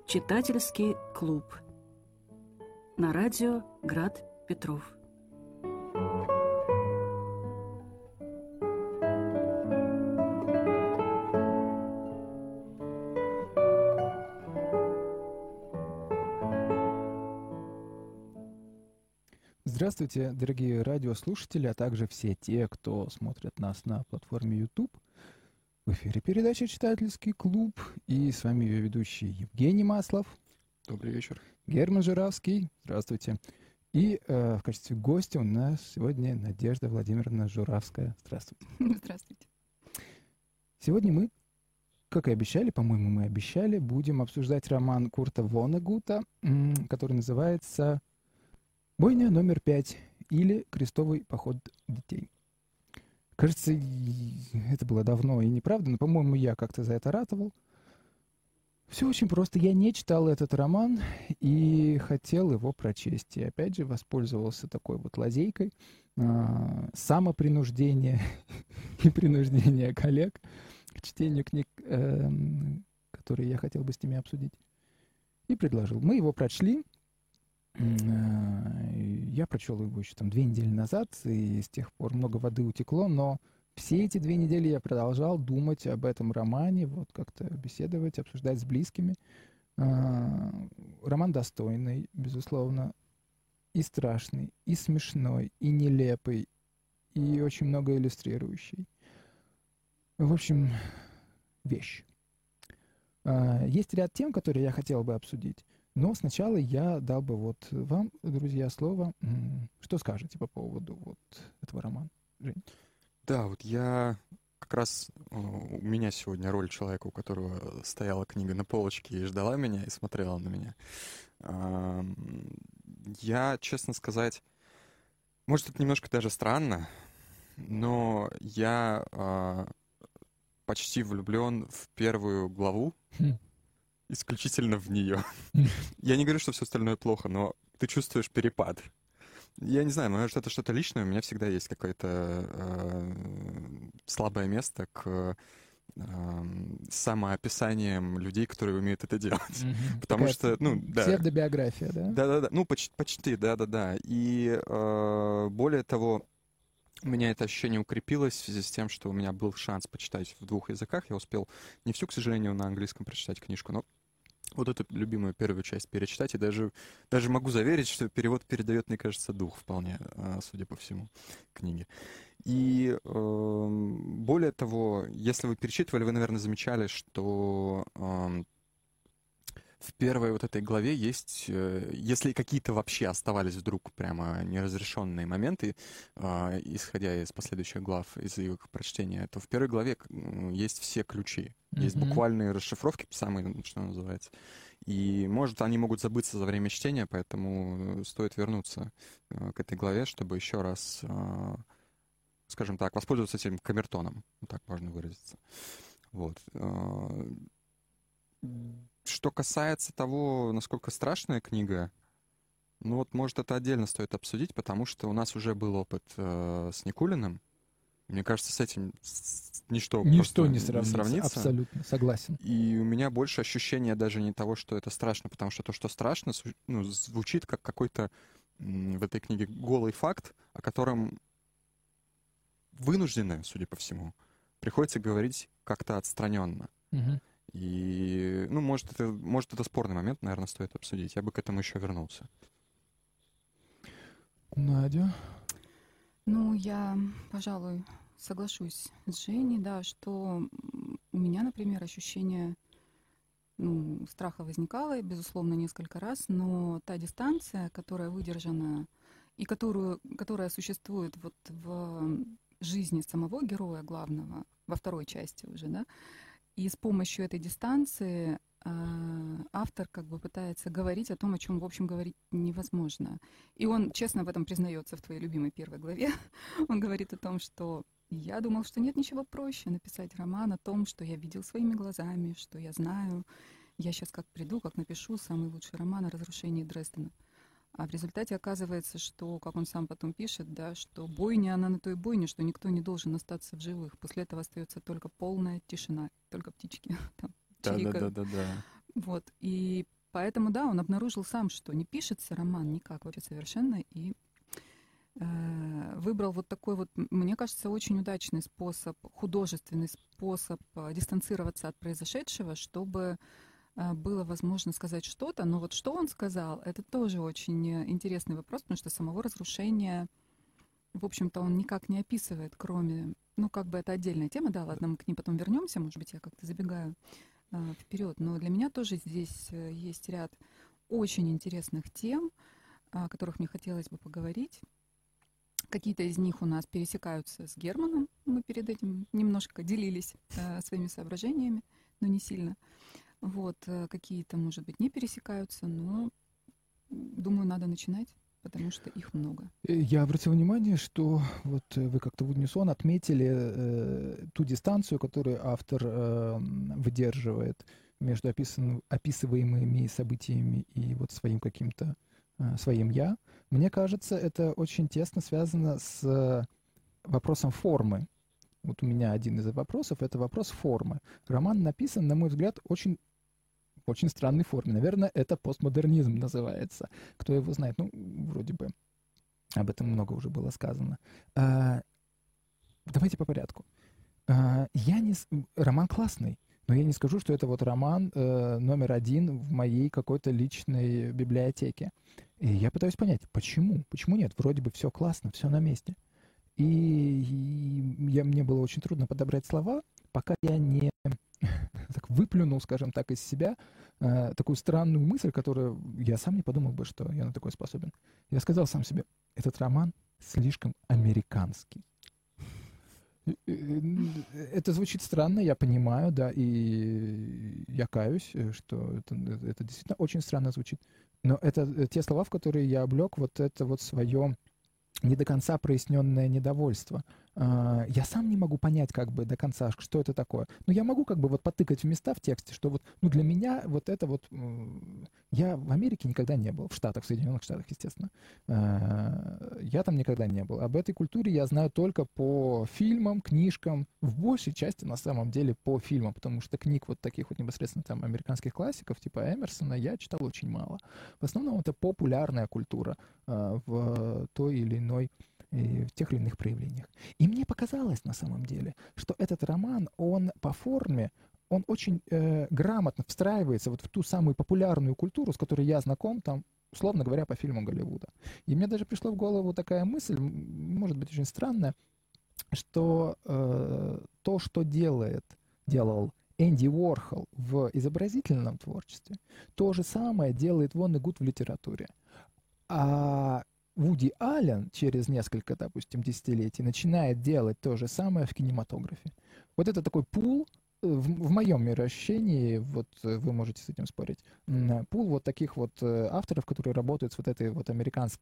Читательский клуб на радио Град Петров. Здравствуйте, дорогие радиослушатели, а также все те, кто смотрит нас на платформе YouTube. В эфире передача «Читательский клуб», и с вами ее ведущий Евгений Маслов. Добрый вечер. Герман Журавский. Здравствуйте. И в качестве гостя у нас сегодня Надежда Владимировна Журавская. Здравствуйте. Здравствуйте. Сегодня мы, как и обещали, по-моему, мы обещали, будем обсуждать роман Курта Воннегута, который называется «Бойня номер 5» или «Крестовый поход детей». Кажется, это было давно и неправда, но, по-моему, я как-то за это ратовал. Все очень просто. Я не читал этот роман и хотел его прочесть. И опять же воспользовался такой вот лазейкой самопринуждения и принуждения коллег к чтению книг, которые я хотел бы с ними обсудить. И предложил. Мы его прочли. Я прочел его еще 2 недели назад, и с тех пор много воды утекло, но все эти 2 недели я продолжал думать об этом романе, вот как-то беседовать, обсуждать с близкими. Роман достойный, безусловно, и страшный, и смешной, и нелепый, и очень много иллюстрирующий. В общем, вещь. Есть ряд тем, которые я хотел бы обсудить. Но сначала я дал бы вот вам, друзья, слово. Что скажете по поводу вот этого романа, Жень? Да, вот я как раз... У меня сегодня роль человека, у которого стояла книга на полочке и ждала меня, и смотрела на меня. Я, честно сказать, может, это немножко даже странно, но я почти влюблен в первую главу. Исключительно в нее. Я не говорю, что все остальное плохо, но ты чувствуешь перепад. Я не знаю, может, это что-то личное, у меня всегда есть какое-то слабое место к самоописаниям людей, которые умеют это делать. Потому что, да. Псевдобиография, да? Да-да-да, почти, да-да-да. И более того, у меня это ощущение укрепилось в связи с тем, что у меня был шанс почитать в 2 языках. Я успел не всю, к сожалению, на английском прочитать книжку, но вот эту любимую первую часть перечитать. И даже могу заверить, что перевод передает, мне кажется, дух вполне, судя по всему, книги. И более того, если вы перечитывали, вы, наверное, замечали, что... В первой вот этой главе есть, если какие-то вообще оставались вдруг прямо неразрешенные моменты, исходя из последующих глав, из их прочтения, то в первой главе есть все ключи. Есть буквальные расшифровки, самые, что называется. И, может, они могут забыться за время чтения, поэтому стоит вернуться к этой главе, чтобы еще раз, скажем так, воспользоваться этим камертоном, так можно выразиться. Вот. Что касается того, насколько страшная книга, вот, может, это отдельно стоит обсудить, потому что у нас уже был опыт с Никулиным. Мне кажется, с этим ничто не сравнится. Абсолютно, согласен. И у меня больше ощущения даже не того, что это страшно, потому что то, что страшно, звучит как какой-то в этой книге голый факт, о котором вынуждены, судя по всему, приходится говорить как-то отстраненно. И, может, это спорный момент, наверное, стоит обсудить. Я бы к этому еще вернулся. Надя? Я, пожалуй, соглашусь с Женей, да, что у меня, например, ощущение страха возникало, безусловно, несколько раз, но та дистанция, которая выдержана и которая существует вот в жизни самого героя главного, во второй части уже, да, и с помощью этой дистанции автор как бы пытается говорить о том, о чем, в общем, говорить невозможно. И он честно в этом признается в твоей любимой первой главе. Он говорит о том, что я думал, что нет ничего проще написать роман о том, что я видел своими глазами, что я знаю. Я сейчас как приду, как напишу самый лучший роман о разрушении Дрездена. А в результате оказывается, что, как он сам потом пишет, да, что бойня, она на той бойне, что никто не должен остаться в живых. После этого остается только полная тишина, только птички там чирикают. Да. Вот. И Поэтому, да, он обнаружил сам, что не пишется роман никак вообще совершенно, и выбрал вот такой вот, мне кажется, очень удачный способ, художественный способ дистанцироваться от произошедшего, чтобы было возможно сказать что-то. Но вот что он сказал, это тоже очень интересный вопрос, потому что самого разрушения, в общем-то, он никак не описывает, кроме, ну, как бы это отдельная тема, да, ладно, мы к ней потом вернемся, может быть, я как-то забегаю вперед. Но для меня тоже здесь есть ряд очень интересных тем, о которых мне хотелось бы поговорить. Какие-то из них у нас пересекаются с Германом. Мы перед этим немножко делились своими соображениями, но не сильно. Вот, какие-то, может быть, не пересекаются, но, думаю, надо начинать, потому что их много. Я обратил внимание, что вот вы как-то в унисон отметили ту дистанцию, которую автор выдерживает между описываемыми событиями и вот своим каким-то своим «я». Мне кажется, это очень тесно связано с вопросом формы. Вот у меня один из вопросов — это вопрос формы. Роман написан, на мой взгляд, очень странной форме. Наверное, это постмодернизм называется. Кто его знает? Ну, вроде бы об этом много уже было сказано. Давайте по порядку. Роман классный, но я не скажу, что это вот роман номер один в моей какой-то личной библиотеке. И я пытаюсь понять, почему? Почему нет? Вроде бы все классно, все на месте. Мне было очень трудно подобрать слова, пока я не так выплюнул, скажем так, из себя такую странную мысль, которую я сам не подумал бы, что я на такое способен. Я сказал сам себе, этот роман слишком американский. Это звучит странно, я понимаю, да, и я каюсь, что это действительно очень странно звучит. Но это те слова, в которые я облег вот это вот свое не до конца проясненное недовольство. Я сам не могу понять как бы до конца, что это такое. Но я могу как бы вот потыкать в места в тексте, что вот, ну, для меня вот это вот... Я в Америке никогда не был, в Штатах, в Соединенных Штатах, естественно. Я там никогда не был. Об этой культуре я знаю только по фильмам, книжкам, в большей части на самом деле по фильмам, потому что книг вот таких вот непосредственно там американских классиков типа Эмерсона я читал очень мало. В основном это популярная культура в той или иной в тех или иных проявлениях. И мне показалось на самом деле, что этот роман, он по форме, он очень грамотно встраивается вот в ту самую популярную культуру, с которой я знаком, там, условно говоря, по фильмам Голливуда. И мне даже пришла в голову такая мысль, может быть, очень странная, что то, что делал Энди Уорхол в изобразительном творчестве, то же самое делает Воннегут в литературе. А Вуди Аллен через несколько, допустим, десятилетий начинает делать то же самое в кинематографе. Вот это такой пул, в моем мироощущении, вот вы можете с этим спорить, пул вот таких вот авторов, которые работают с вот этой вот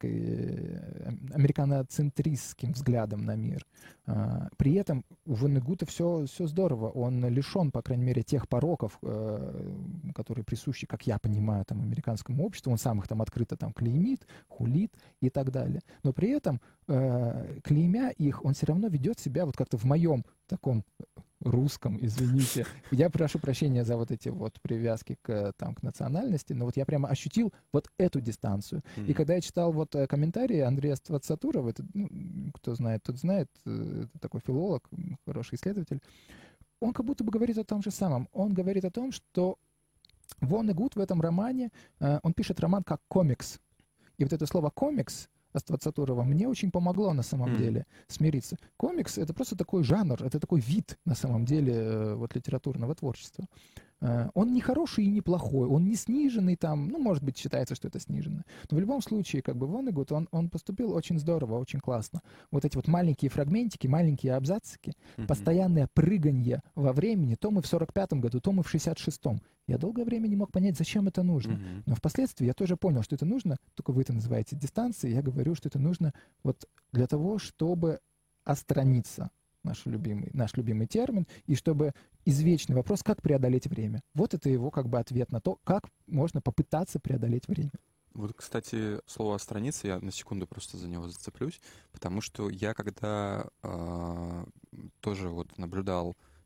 американоцентристским взглядом на мир. При этом у Воннегута все здорово. Он лишен, по крайней мере, тех пороков, которые присущи, как я понимаю, там, американскому обществу. Он сам их там открыто там клеймит, хулит и так далее. Но при этом, клеймя их, он все равно ведет себя вот как-то в моем таком русском, извините. Я прошу прощения за вот эти вот привязки к национальности, но вот я прямо ощутил вот эту дистанцию. И когда я читал вот комментарии Андрея Ствацатурова, это, ну, кто знает, тот знает, это такой филолог, хороший исследователь, он как будто бы говорит о том же самом. Он говорит о том, что Воннегут в этом романе, он пишет роман как комикс. И вот это слово «комикс» Ствацатурова мне очень помогло на самом деле смириться. Комикс — это просто такой жанр, это такой вид на самом деле вот литературного творчества. Он не хороший и не плохой, он не сниженный там, ну, может быть, считается, что это сниженное. Но в любом случае, как бы Воннегут, он поступил очень здорово, очень классно. Вот эти вот маленькие фрагментики, маленькие абзацики, постоянное прыганье во времени, то мы в 45-м году, то мы в 66-м. Я долгое время не мог понять, зачем это нужно. Но впоследствии я тоже понял, что это нужно, только вы это называете дистанцией, я говорю, что это нужно вот для того, чтобы отстраниться. Наш любимый термин, и чтобы извечный вопрос, как преодолеть время. Вот это его как бы ответ на то, как можно попытаться преодолеть время. Вот, кстати, слово «отстраниться», я на секунду просто за него зацеплюсь, потому что я когда тоже вот наблюдал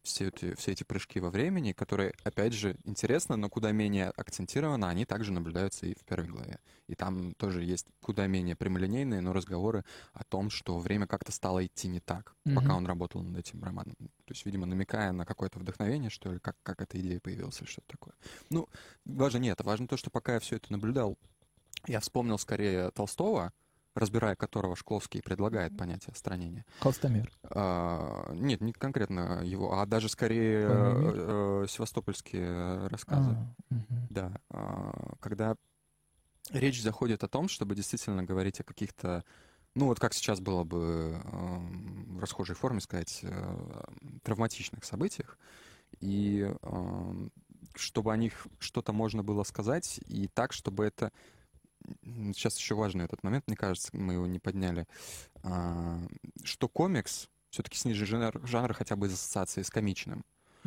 все эти прыжки во времени, которые, опять же, интересно, но куда менее акцентировано, они также наблюдаются и в первой главе. И там тоже есть куда менее прямолинейные, но разговоры о том, что время как-то стало идти не так, пока он работал над этим романом. То есть, видимо, намекая на какое-то вдохновение, что ли, как эта идея появилась или что-то такое. Ну, важно не это. Важно то, что пока я все это наблюдал, я вспомнил скорее Толстого, разбирая которого Шкловский предлагает понятие отстранения. Холстомер. Нет, не конкретно его, а даже скорее севастопольские рассказы. Да. Когда речь заходит о том, чтобы действительно говорить о каких-то, ну вот как сейчас было бы в расхожей форме сказать, травматичных событиях, и чтобы о них что-то можно было сказать, и так, чтобы это... Сейчас еще важный этот момент, мне кажется, мы его не подняли, что комикс все-таки снижен жанра хотя бы из ассоциации с комичным,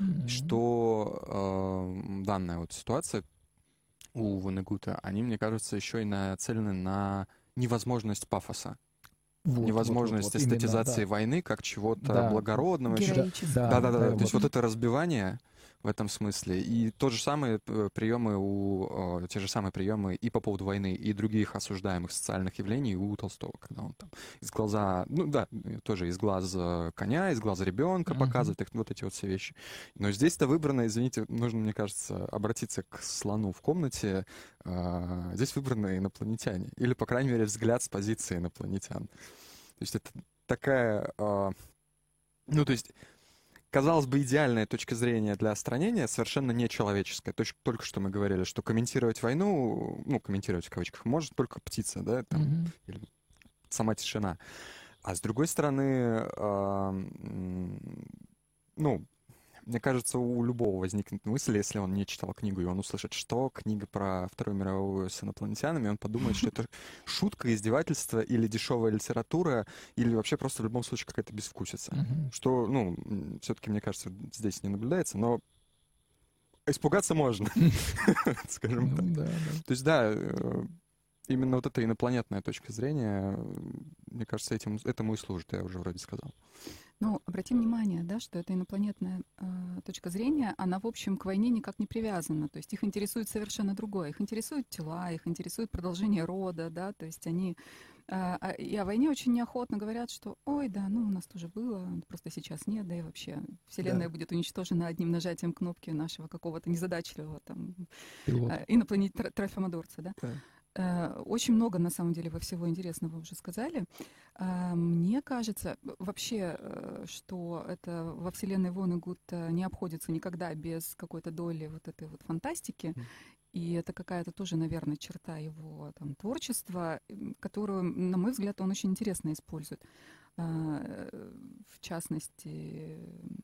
что данная вот ситуация у Воннегута, они, мне кажется, еще и нацелены на невозможность пафоса. Невозможность эстетизации именно, да. войны как чего-то благородного. Героического. Да. То есть вот это разбивание в этом смысле. И те же самые приемы и по поводу войны, и других осуждаемых социальных явлений у Толстого, когда он там из глаза, тоже из глаз коня, из глаза ребенка показывает их, вот эти вот все вещи. Но здесь-то выбрано, извините, нужно, мне кажется, обратиться к слону в комнате. Здесь выбраны инопланетяне. Или, по крайней мере, взгляд с позиции инопланетян. То есть это такая... то есть... Казалось бы, идеальная точка зрения для отстранения совершенно нечеловеческая. Только что мы говорили, что комментировать войну, комментировать в кавычках, может только птица, да, там, или сама тишина. А с другой стороны, мне кажется, у любого возникнет мысль, если он не читал книгу, и он услышит, что книга про Вторую мировую с инопланетянами, он подумает, что это шутка, издевательство или дешевая литература, или вообще просто в любом случае какая-то безвкусица. Что, все-таки, мне кажется, здесь не наблюдается, но испугаться можно, скажем так. То есть, да, именно вот эта инопланетная точка зрения, мне кажется, этому и служит, я уже вроде сказал. Ну, обратим внимание, да, что эта инопланетная точка зрения, она, в общем, к войне никак не привязана. То есть их интересует совершенно другое. Их интересуют тела, их интересует продолжение рода, да, то есть они... И о войне очень неохотно говорят, что ой, да, у нас тоже было, просто сейчас нет, да и вообще Вселенная будет уничтожена одним нажатием кнопки нашего какого-то незадачливого там трофимодорца, да. Очень много, на самом деле, вы всего интересного уже сказали. Мне кажется, вообще, что это во вселенной Воннегута не обходится никогда без какой-то доли вот этой вот фантастики. И это какая-то тоже, наверное, черта его там творчества, которую, на мой взгляд, он очень интересно использует. В частности...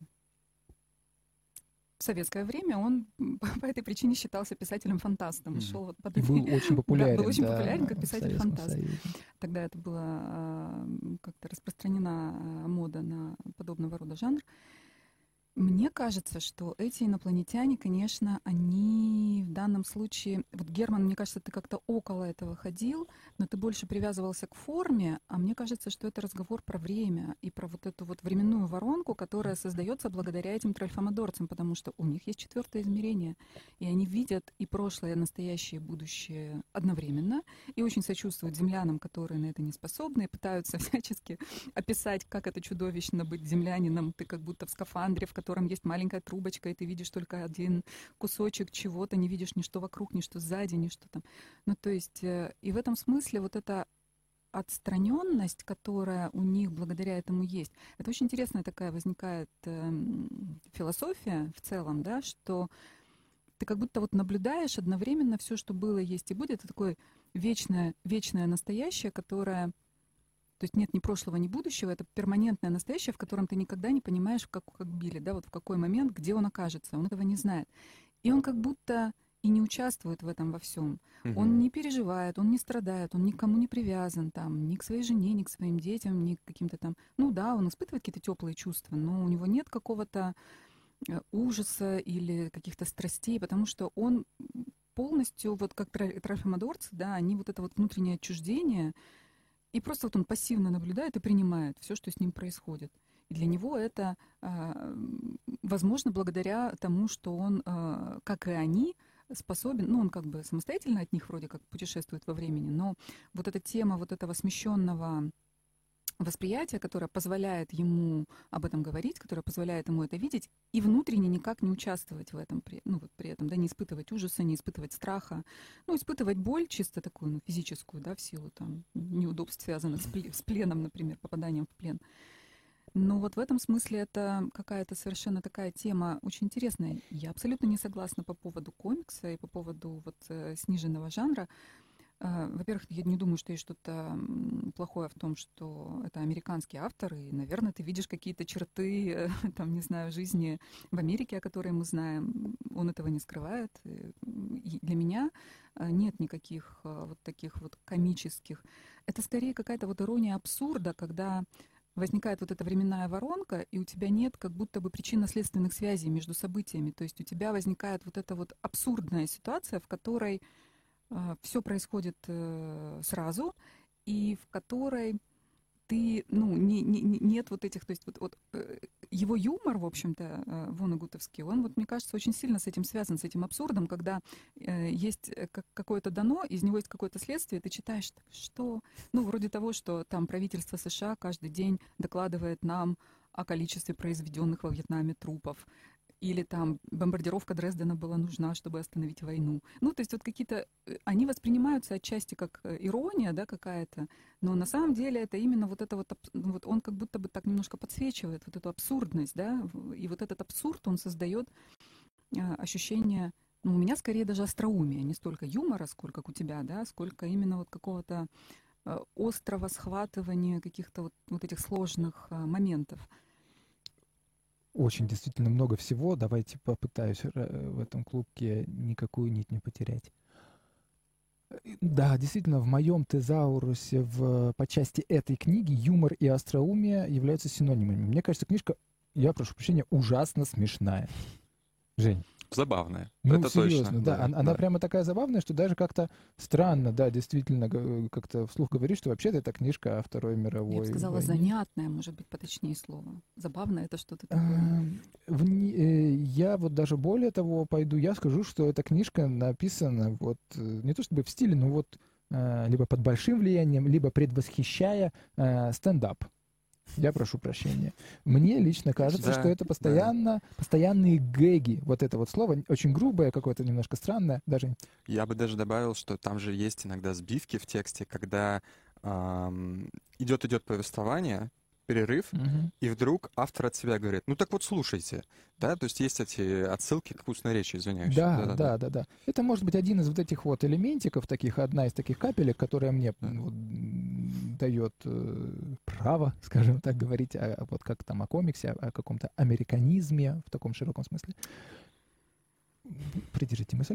В советское время он по этой причине считался писателем-фантастом. И был очень популярен. Да, был очень популярен как писатель-фантаст. Тогда это была как-то распространена мода на подобного рода жанр. Мне кажется, что эти инопланетяне, конечно, они в данном случае... Вот, Герман, мне кажется, ты как-то около этого ходил, но ты больше привязывался к форме, а мне кажется, что это разговор про время и про вот эту вот временную воронку, которая создается благодаря этим тральфомодорцам, потому что у них есть четвертое измерение, и они видят и прошлое, и настоящее, и будущее одновременно, и очень сочувствуют землянам, которые на это не способны, и пытаются всячески описать, как это чудовищно быть землянином, ты как будто в скафандре, в котором есть маленькая трубочка, и ты видишь только один кусочек чего-то, не видишь ни что вокруг, ни что сзади, ни что там. То есть, и в этом смысле вот эта отстраненность, которая у них благодаря этому есть, это очень интересная такая возникает философия в целом, да, что ты как будто вот наблюдаешь одновременно все, что было, есть и будет, это такое вечное настоящее, которое... То есть нет ни прошлого, ни будущего, это перманентное настоящее, в котором ты никогда не понимаешь, как Билли, да, вот в какой момент, где он окажется, он этого не знает. И он как будто и не участвует в этом во всем. Он не переживает, он не страдает, он никому не привязан, там, ни к своей жене, ни к своим детям, ни к каким-то там... он испытывает какие-то теплые чувства, но у него нет какого-то ужаса или каких-то страстей, потому что он полностью, вот как тральфомодорцы, да, они вот это вот внутреннее отчуждение, и просто вот он пассивно наблюдает и принимает все, что с ним происходит. И для него это возможно благодаря тому, что он, как и они, способен, ну, он как бы самостоятельно от них вроде как путешествует во времени, но вот эта тема вот этого смещенного восприятие, которое позволяет ему об этом говорить, которое позволяет ему это видеть, и внутренне никак не участвовать в этом, ну, вот при этом, да, не испытывать ужаса, не испытывать страха, ну, испытывать боль чисто такую, ну, физическую, да, в силу там неудобств, связанных с пленом, например, попаданием в плен. Но вот в этом смысле это какая-то совершенно такая тема очень интересная. Я абсолютно не согласна по поводу комикса и по поводу вот сниженного жанра. Во-первых, я не думаю, что есть что-то плохое в том, что это американский автор, и, наверное, ты видишь какие-то черты, там, не знаю, жизни в Америке, о которой мы знаем. Он этого не скрывает. И для меня нет никаких вот таких вот комических. Это скорее какая-то вот ирония абсурда, когда возникает вот эта временная воронка, и у тебя нет как будто бы причинно-следственных связей между событиями. То есть у тебя возникает вот эта вот абсурдная ситуация, в которой все происходит сразу, и в которой ты, ну, нет вот этих, то есть вот его юмор, в общем-то, вонегутовский, он, вот, мне кажется, очень сильно с этим связан, с этим абсурдом, когда есть какое-то дано, из него есть какое-то следствие, ты читаешь, что, ну, вроде того, что там правительство США каждый день докладывает нам о количестве произведенных во Вьетнаме трупов, или там бомбардировка Дрездена была нужна, чтобы остановить войну. Ну, то есть вот какие-то... Они воспринимаются отчасти как ирония, да, какая-то, но на самом деле это именно вот это вот он как будто бы так немножко подсвечивает вот эту абсурдность, да, и вот этот абсурд, он создает ощущение, ну, у меня скорее даже остроумия, не столько юмора, сколько как у тебя, да, сколько именно вот какого-то острого схватывания каких-то вот этих сложных моментов. Очень действительно много всего. Давайте попытаюсь в этом клубке никакую нить не потерять. Да, действительно, в моем тезаурусе по части этой книги юмор и остроумие являются синонимами. Мне кажется, книжка, я прошу прощения, ужасно смешная. Жень. Забавная. Ну, это серьезно, точно. да. Она прямо такая забавная, что даже как-то странно, да, действительно, как-то вслух говоришь, что вообще-то это книжка о Второй мировой Я бы сказала, войне. занятная, может быть, поточнее слово. Забавное — это что-то такое. Я вот даже более того пойду, я скажу, что эта книжка написана вот не то чтобы в стиле, но вот либо под большим влиянием, либо предвосхищая стендап. Я прошу прощения. Мне лично кажется, что это постоянные гэги. Вот это вот слово очень грубое, какое-то немножко странное. Даже... Я бы даже добавил, что там же есть иногда сбивки в тексте, когда идет повествование, перерыв, и вдруг автор от себя говорит, ну так вот слушайте, да, то есть есть эти отсылки к устной речи, извиняюсь. Да. Это может быть один из вот этих вот элементиков, одна из таких капелек, которая мне дает право, скажем так, говорить вот как там о комиксе, о каком-то американизме в таком широком смысле. Придержите мысль.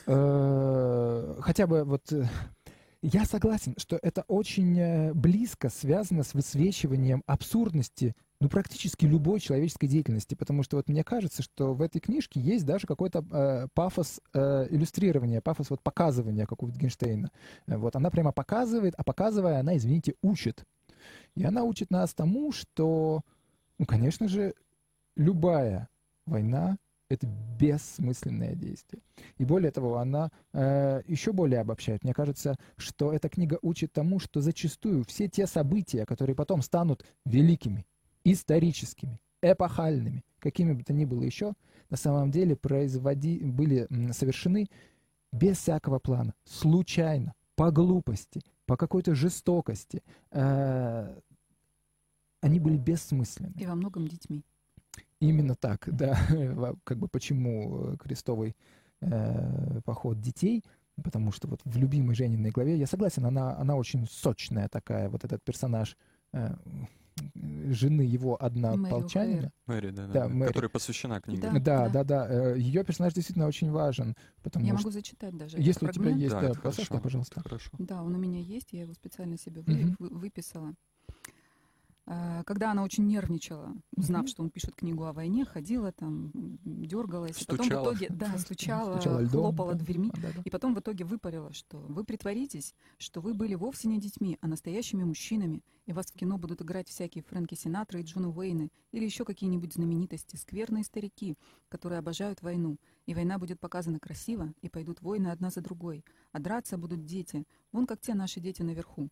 Хотя бы вот... Я согласен, что это очень близко связано с высвечиванием абсурдности, ну, практически любой человеческой деятельности, потому что вот мне кажется, что в этой книжке есть даже какой-то пафос иллюстрирования, пафос вот показывания, как у Wittgensteina. Вот она прямо показывает, а показывая, она, извините, учит. И она учит нас тому, что, ну, конечно же, любая война — это бессмысленное действие. И более того, она еще более обобщает. Мне кажется, что эта книга учит тому, что зачастую все те события, которые потом станут великими, историческими, эпохальными, какими бы то ни было еще, на самом деле были совершены без всякого плана, случайно, по глупости, по какой-то жестокости. Они были бессмысленны. И во многом детьми. Именно так, да. Как бы почему крестовый поход детей? Потому что вот в любимой Жениной главе, я согласен, она очень сочная такая, вот этот персонаж жены его однополчанина. Мэри, да, Мэри. Которой посвящена книга. Да. Ее персонаж действительно очень важен. Я могу зачитать даже. Если у тебя есть, да, пожалуйста. Хорошо. Да, он у меня есть, я его специально себе выписала. когда она очень нервничала, узнав, что он пишет книгу о войне, ходила там, дергалась, и потом в Стучала. итоге, да, стучала, Стучала льдом, хлопала да. дверьми, Да-да. и потом в итоге выпалила, что вы притворитесь, что вы были вовсе не детьми, а настоящими мужчинами, и вас в кино будут играть всякие Фрэнки Синатры и Джона Уэйны, или еще какие-нибудь знаменитости, скверные старики, которые обожают войну, и война будет показана красиво, и пойдут войны одна за другой, а драться будут дети, вон как те наши дети наверху.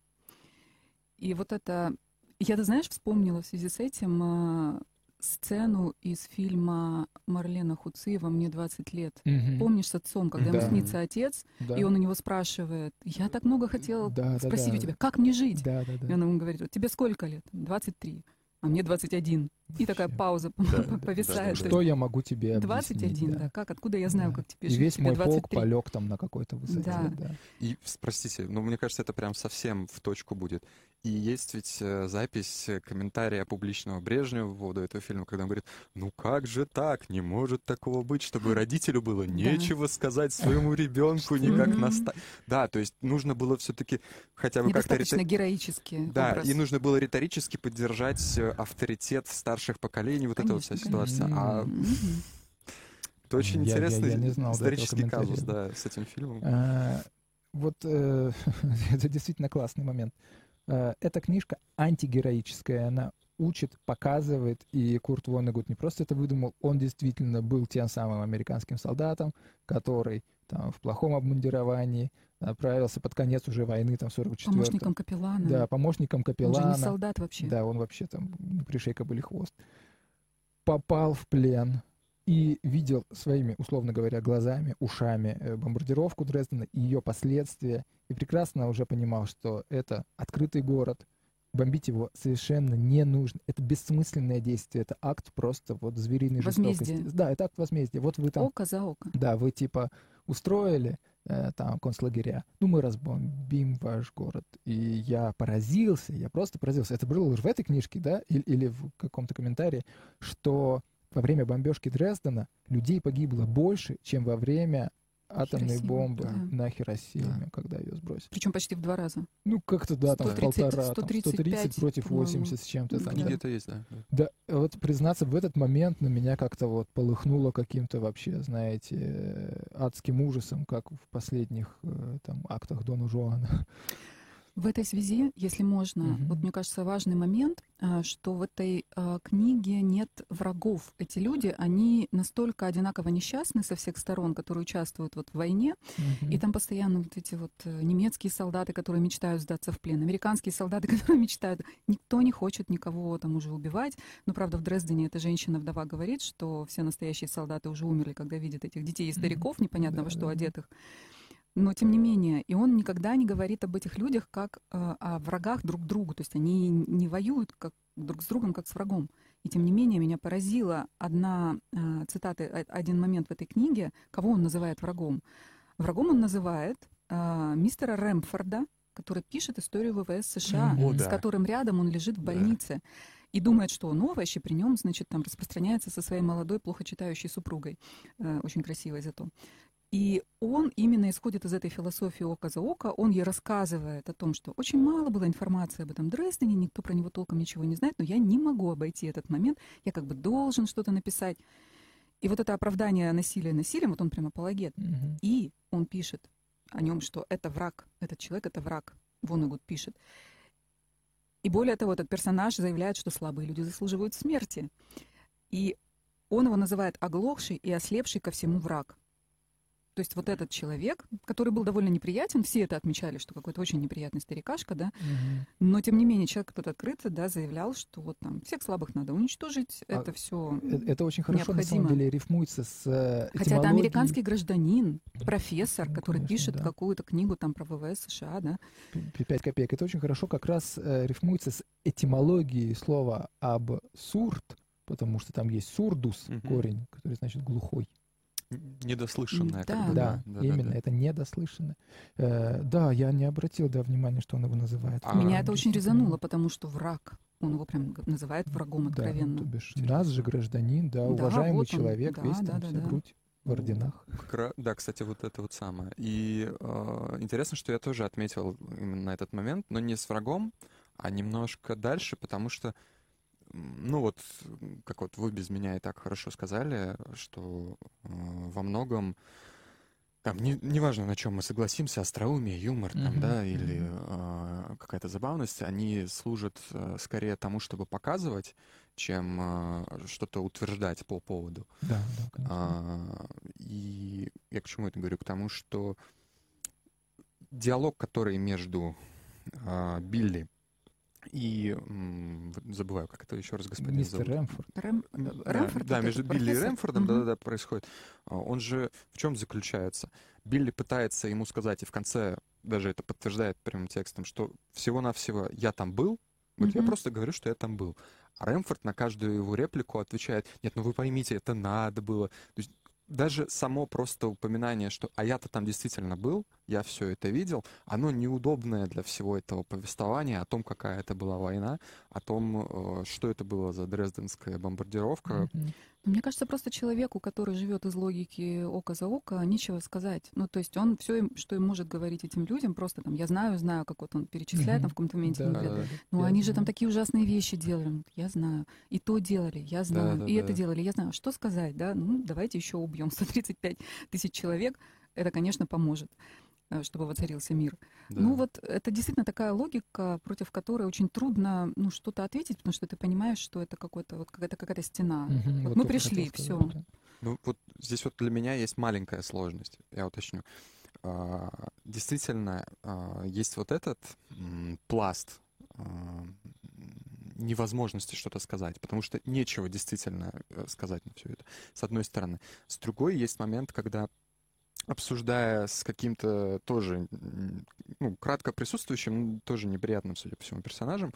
И вот это... Я, ты знаешь, вспомнила в связи с этим сцену из фильма Марлена Хуциева «Мне 20 лет». Мгм. Помнишь, с отцом, когда ему Да. снится отец, Да. и он у него спрашивает: «Я так много хотел Да, да, спросить да. у тебя, как мне жить?» Да, да, И да. он ему говорит: «Вот тебе сколько лет?» 23. «А мне 21». И такая Вообще. пауза Да, повисает. да, То Что есть я могу тебе объяснить? 21, да. Как, откуда я знаю, Да. как тебе И жить? весь Тебе мой полк 23. полег там на какой-то высоте. Да. Да. И, простите, ну, мне кажется, это прям совсем в точку будет. И есть ведь запись комментария публичного Брежнева в поводу этого фильма, когда он говорит: ну как же так? Не может такого быть, чтобы родителю было нечего сказать своему ребенку, никак Мгм. наставить. Да, то есть нужно было все-таки хотя бы как-то... Недостаточно героический Да, образ. и нужно было риторически поддержать авторитет старших поколений, вот эта вот вся Конечно, ситуация. А Мгм. это очень Я интересный не знал до этого исторический казус, комментария. да, с этим фильмом. Вот это действительно классный момент. Эта книжка антигероическая, она учит, показывает, и Курт Воннегут не просто это выдумал, он действительно был тем самым американским солдатом, который там в плохом обмундировании отправился под конец уже войны, там, в 44-м. Помощником капеллана. Да, помощником Он же капеллана. не солдат вообще. Да, он вообще там на пришей кобыли хвост. Попал в плен и видел своими, условно говоря, глазами, ушами бомбардировку Дрездена и ее последствия, и прекрасно уже понимал, что это открытый город, бомбить его совершенно не нужно. Это бессмысленное действие, это акт просто вот звериной Возмездие. жестокости. Да, это акт возмездия. Вот вы там, Око за око. да, вы типа устроили там концлагеря, ну мы разбомбим ваш город. И я поразился, я просто поразился. Это было в этой книжке, да, или в каком-то комментарии, что во время бомбежки Дрездена людей погибло больше, чем во время атомной Хиросимы, бомбы да. на Хиросиме, когда ее сбросили. Причем почти в 2 раза. Ну, как-то, да, там 130, полтора, там 130 против по-моему. 80 с чем-то В там. книге Да. это есть, да. Да, вот признаться, в этот момент на меня как-то вот полыхнуло каким-то вообще, знаете, адским ужасом, как в последних там актах Дона Жуана. В этой связи, если можно, Мгм. вот мне кажется, важный момент, что в этой книге нет врагов. Эти люди, они настолько одинаково несчастны со всех сторон, которые участвуют вот в войне, и там постоянно вот эти вот немецкие солдаты, которые мечтают сдаться в плен, американские солдаты, которые мечтают. Никто не хочет никого там уже убивать. Но, правда, в Дрездене эта женщина-вдова говорит, что все настоящие солдаты уже умерли, когда видят этих детей и стариков, непонятно во что одетых. Но, тем не менее, и он никогда не говорит об этих людях как о врагах друг другу. То есть они не воюют как друг с другом, как с врагом. И, тем не менее, меня поразила одна цитата, один момент в этой книге, кого он называет врагом. Врагом он называет мистера Рэмфорда, который пишет историю ВВС США, О, с да. которым рядом он лежит в больнице. И думает, что он овощи при нем, значит, там распространяется со своей молодой, плохо читающей супругой. Очень красивой зато. И он именно исходит из этой философии око за око, он ей рассказывает о том, что очень мало было информации об этом Дрездене, никто про него толком ничего не знает, но я не могу обойти этот момент, я как бы должен что-то написать. И вот это оправдание насилия насилием, вот он прям апологет. Мгм. И он пишет о нем, что это враг, этот человек — это враг. Воннегут пишет. И более того, этот персонаж заявляет, что слабые люди заслуживают смерти. И он его называет оглохший и ослепший ко всему враг. То есть вот этот человек, который был довольно неприятен, все это отмечали, что какой-то очень неприятный старикашка, да, Мгм. но тем не менее человек этот открыто, да, заявлял, что вот там всех слабых надо уничтожить, это все. Это очень хорошо, на самом необходимо. деле, рифмуется с Хотя это этимологией. американский гражданин, профессор, Ну, который конечно, пишет да. какую-то книгу там про ВВС США, да. 5 копеек. Это очень хорошо как раз рифмуется с этимологией слова абсурд, потому что там есть сурдус, Мгм. корень, который значит глухой. Недослышанное. Да. как бы, Да, да, именно, да. это недослышанно. Да, я не обратил внимания, что он его называет. А, Меня это очень Действительно. резануло, потому что враг, он его прям называет врагом Да, откровенно. то бишь, нас же гражданин, да, уважаемый вот он, человек, да, весь да, там да, вся да. грудь в орденах. Да, кстати, вот это вот самое. И интересно, что я тоже отметил именно этот момент, но не с врагом, а немножко дальше, потому что, ну вот, как вот вы без меня и так хорошо сказали, что во многом там неважно, на чем мы согласимся, остроумие, юмор там, да, или какая-то забавность, они служат скорее тому, чтобы показывать, чем что-то утверждать по поводу. Да, да, конечно. И я к чему это говорю? К тому, что диалог, который между Билли и забываю, как это еще раз господин Мистер зовут. Рэмфорд. Рэмфорд, Да, вот между этот Билли и профессор. Рэмфордом, да-да-да, происходит. Он же в чем заключается? Билли пытается ему сказать, и в конце даже это подтверждает прямым текстом, что всего-навсего я там был, говорит, я просто говорю, что я там был. А Рэмфорд на каждую его реплику отвечает, нет, ну вы поймите, это надо было. То есть даже само просто упоминание, что «а я-то там действительно был, я все это видел», оно неудобное для всего этого повествования о том, какая это была война, о том, что это было за дрезденская бомбардировка. Мне кажется, просто человеку, который живет из логики око за око, нечего сказать. Ну, то есть он все, что им может говорить этим людям, просто там, я знаю, как вот он перечисляет там в каком-то моменте. Ну, они же там такие ужасные вещи делали. Я знаю. И то делали, я знаю. И это делали, я знаю. Что сказать, да? Ну, давайте еще убьем 135 тысяч человек. Это, конечно, поможет, чтобы воцарился мир. Да. Ну вот это действительно такая логика, против которой очень трудно что-то ответить, потому что ты понимаешь, что это какая-то стена. Вот мы пришли, все. Ну вот здесь вот для меня есть маленькая сложность, я уточню. Действительно, есть вот этот пласт невозможности что-то сказать, потому что нечего действительно сказать на все это, с одной стороны. С другой есть момент, когда обсуждая с каким-то тоже, кратко присутствующим, тоже неприятным, судя по всему, персонажем,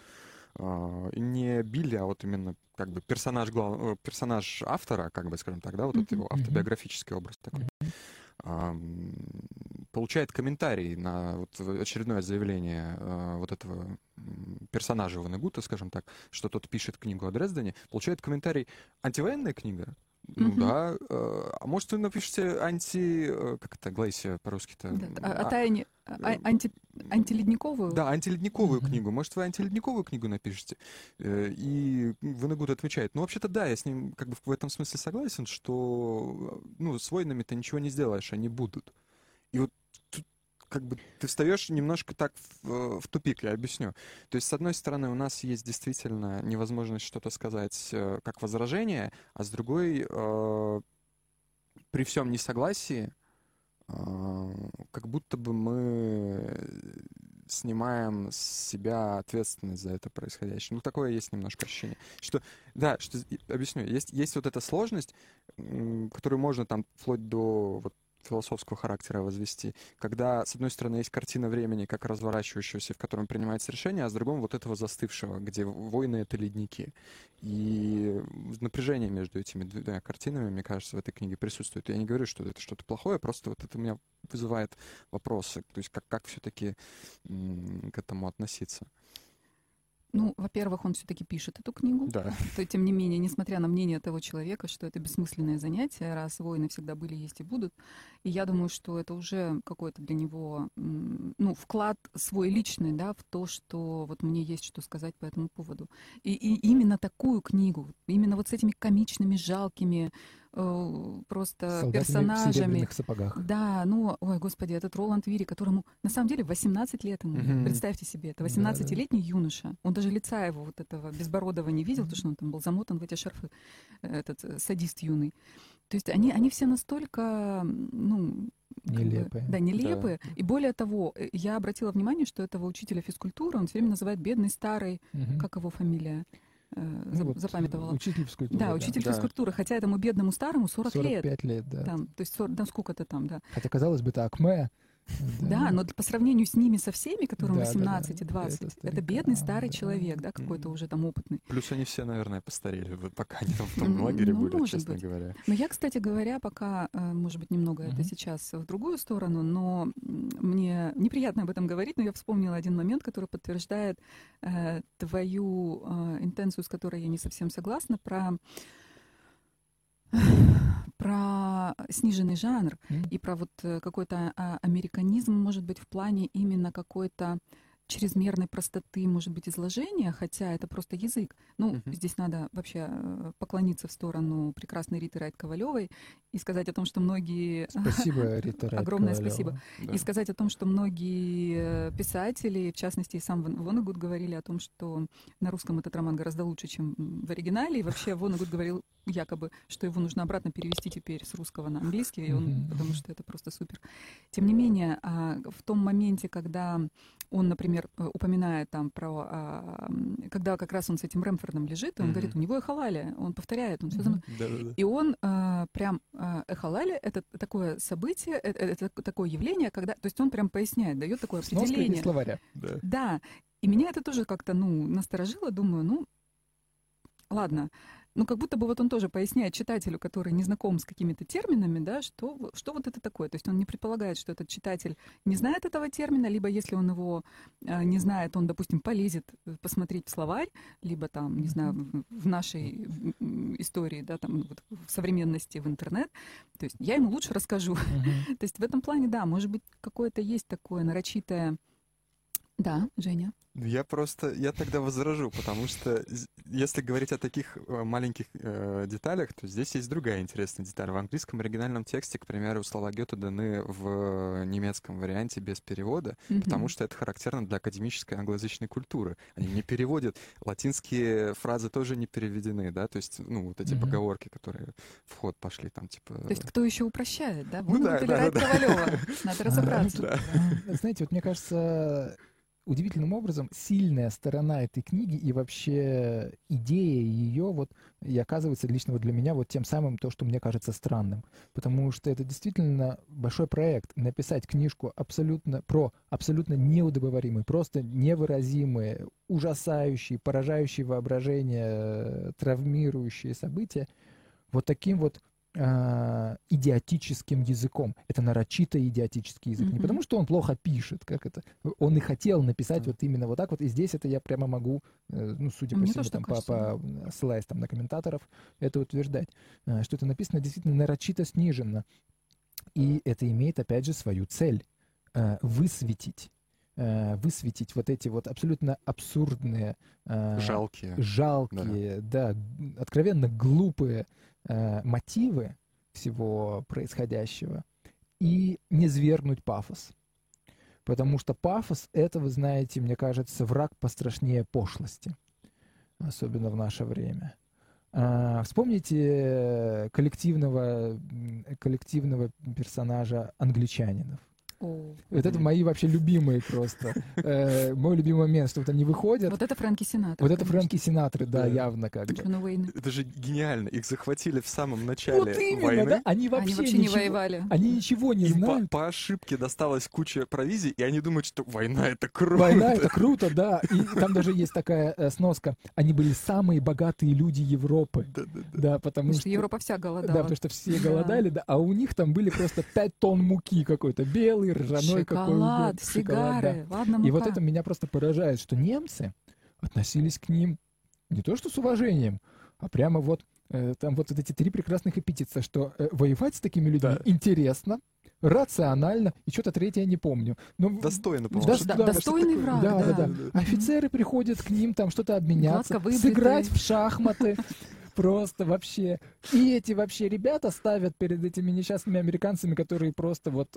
не Билли, а вот именно как бы персонаж автора, как бы, скажем так, да, вот этот его автобиографический образ такой, получает комментарий на вот очередное заявление вот этого персонажа Вонегута, скажем так, что тот пишет книгу о Дрездене, получает комментарий: антивоенная книга? Ну да. А может, вы напишете как это, Глейсия по-русски-то? Антиледниковую? Да, антиледниковую книгу. Может, вы антиледниковую книгу напишете? И Вонегут отвечает: ну, вообще-то да, я с ним как бы в этом смысле согласен, что с войнами-то ничего не сделаешь, они будут. И вот тут как бы ты встаешь немножко так в тупик, я объясню. То есть, с одной стороны, у нас есть действительно невозможность что-то сказать как возражение, а с другой, при всем несогласии, как будто бы мы снимаем с себя ответственность за это происходящее. Ну, такое есть немножко ощущение. Объясню, есть вот эта сложность, которую можно там вплоть до философского характера возвести, когда, с одной стороны, есть картина времени, как разворачивающегося, в котором принимается решение, а с другой вот этого застывшего, где войны — это ледники. И напряжение между этими двумя картинами, мне кажется, в этой книге присутствует. Я не говорю, что это что-то плохое, просто вот это у меня вызывает вопросы. То есть как все-таки к этому относиться? Ну, во-первых, он все-таки пишет эту книгу. Да. То, тем не менее, несмотря на мнение того человека, что это бессмысленное занятие, раз войны всегда были, есть и будут. И я думаю, что это уже какой-то для него, вклад свой личный, да, в то, что вот мне есть что сказать по этому поводу. И именно такую книгу, именно вот с этими комичными, жалкими, просто солдатами персонажами. В серебряных сапогах. Да, ой, господи, этот Роланд Вири, которому, на самом деле, 18 лет ему. Представьте себе, это 18-летний юноша. Он даже лица его вот этого безбородого не видел, потому что он там был замотан в эти шарфы, этот садист юный. То есть они все настолько, нелепые. Нелепые. Да. И более того, я обратила внимание, что этого учителя физкультуры, он все время называет бедный старый, как его фамилия? Запамятовала. Учитель физкультуры. Да, учитель физкультуры, хотя этому бедному старому 40 лет. 45 лет, да. Там, то есть, сколько-то там, да. Хотя, казалось бы, это Акме. Да, но по сравнению с ними, со всеми, которым 18 и 20, это бедный старый человек, да, какой-то уже там опытный. Плюс они все, наверное, постарели, пока они там в том лагере были, честно говоря. Но я, кстати говоря, пока, может быть, немного это сейчас в другую сторону, но мне неприятно об этом говорить, но я вспомнила один момент, который подтверждает твою интенцию, с которой я не совсем согласна, про сниженный жанр и про вот какой-то американизм, может быть, в плане именно какой-то чрезмерной простоты, может быть, изложения, хотя это просто язык. Ну, здесь надо вообще поклониться в сторону прекрасной Риты Райт-Ковалевой и сказать о том, что многие... Спасибо, Рита Райт-Ковалева. Огромное спасибо. Да. И сказать о том, что многие писатели, в частности, и сам Воннегут, говорили о том, что на русском этот роман гораздо лучше, чем в оригинале. И вообще Воннегут говорил якобы, что его нужно обратно перевести теперь с русского на английский, и он, потому что это просто супер. Тем не менее, в том моменте, когда он, например, упоминает там про... Когда как раз он с этим Рэмфордом лежит, и он говорит, у него эхолалия, он повторяет, он все и он прям... эхолалия — это такое событие, это такое явление, когда... То есть он прям поясняет, дает такое определение. Сноска из словаря. Да. И меня это тоже как-то, насторожило. Думаю, ладно. Как будто бы вот он тоже поясняет читателю, который не знаком с какими-то терминами, да, что вот это такое. То есть он не предполагает, что этот читатель не знает этого термина, либо если он его не знает, он, допустим, полезет посмотреть в словарь, либо там, не знаю, в нашей истории, да, там, вот, в современности, в интернет. То есть я ему лучше расскажу. То есть в этом плане, да, может быть, какое-то есть такое нарочитое... Да, Женя. Я тогда возражу, потому что если говорить о таких маленьких деталях, то здесь есть другая интересная деталь. В английском оригинальном тексте, к примеру, слова Гёте даны в немецком варианте без перевода, потому что это характерно для академической англоязычной культуры. Они не переводят, латинские фразы тоже не переведены, да, то есть, вот эти поговорки, которые в ход пошли, там, типа... То есть кто еще упрощает, да? Воннегут или Райт-Ковалева? Надо разобраться. Знаете, вот мне кажется... Удивительным образом сильная сторона этой книги и вообще идея ее вот и оказывается лично вот для меня вот тем самым то, что мне кажется странным. Потому что это действительно большой проект. Написать книжку абсолютно неудобоваримые, просто невыразимые, ужасающие, поражающие воображение, травмирующие события вот таким вот идиотическим языком. Это нарочито идиотический язык. Не потому, что он плохо пишет, как это. Он и хотел написать вот именно вот так вот. И здесь это я прямо могу, судя по всему, там, ссылаясь там на комментаторов, это утверждать. Что это написано действительно нарочито сниженно. И это имеет, опять же, свою цель. Высветить вот эти вот абсолютно абсурдные, жалкие, да, откровенно глупые мотивы всего происходящего и не свергнуть пафос. Потому что пафос — это, вы знаете, мне кажется, враг пострашнее пошлости, особенно в наше время. Вспомните коллективного персонажа англичанинов. Вот это мои вообще любимые просто. Мой любимый момент, что вот они выходят. Вот это Фрэнки Синатра. Вот это Фрэнки Синатры, да, явно как бы. Это же гениально. Их захватили в самом начале войны. Да? Они вообще не воевали. Они ничего не знают. Им по ошибке досталась куча провизий, и они думают, что война — это круто. Война — это круто, да. И там даже есть такая сноска. Они были самые богатые люди Европы. Да, потому что Европа вся голодала. Да, потому что все голодали, да. А у них там были просто 5 тонн муки какой-то. Белый, ржаной, шоколад, сигары, да. Ладно, мука. И вот это меня просто поражает, что немцы относились к ним не то что с уважением, а прямо вот там вот эти 3 прекрасных эпитета, что воевать с такими людьми интересно, рационально, и что-то третье я не помню. Но, достойно, по-моему. Достойный враг, да. Офицеры приходят к ним там что-то обменяться, сыграть в шахматы. Просто вообще. И эти вообще ребята ставят перед этими несчастными американцами, которые просто вот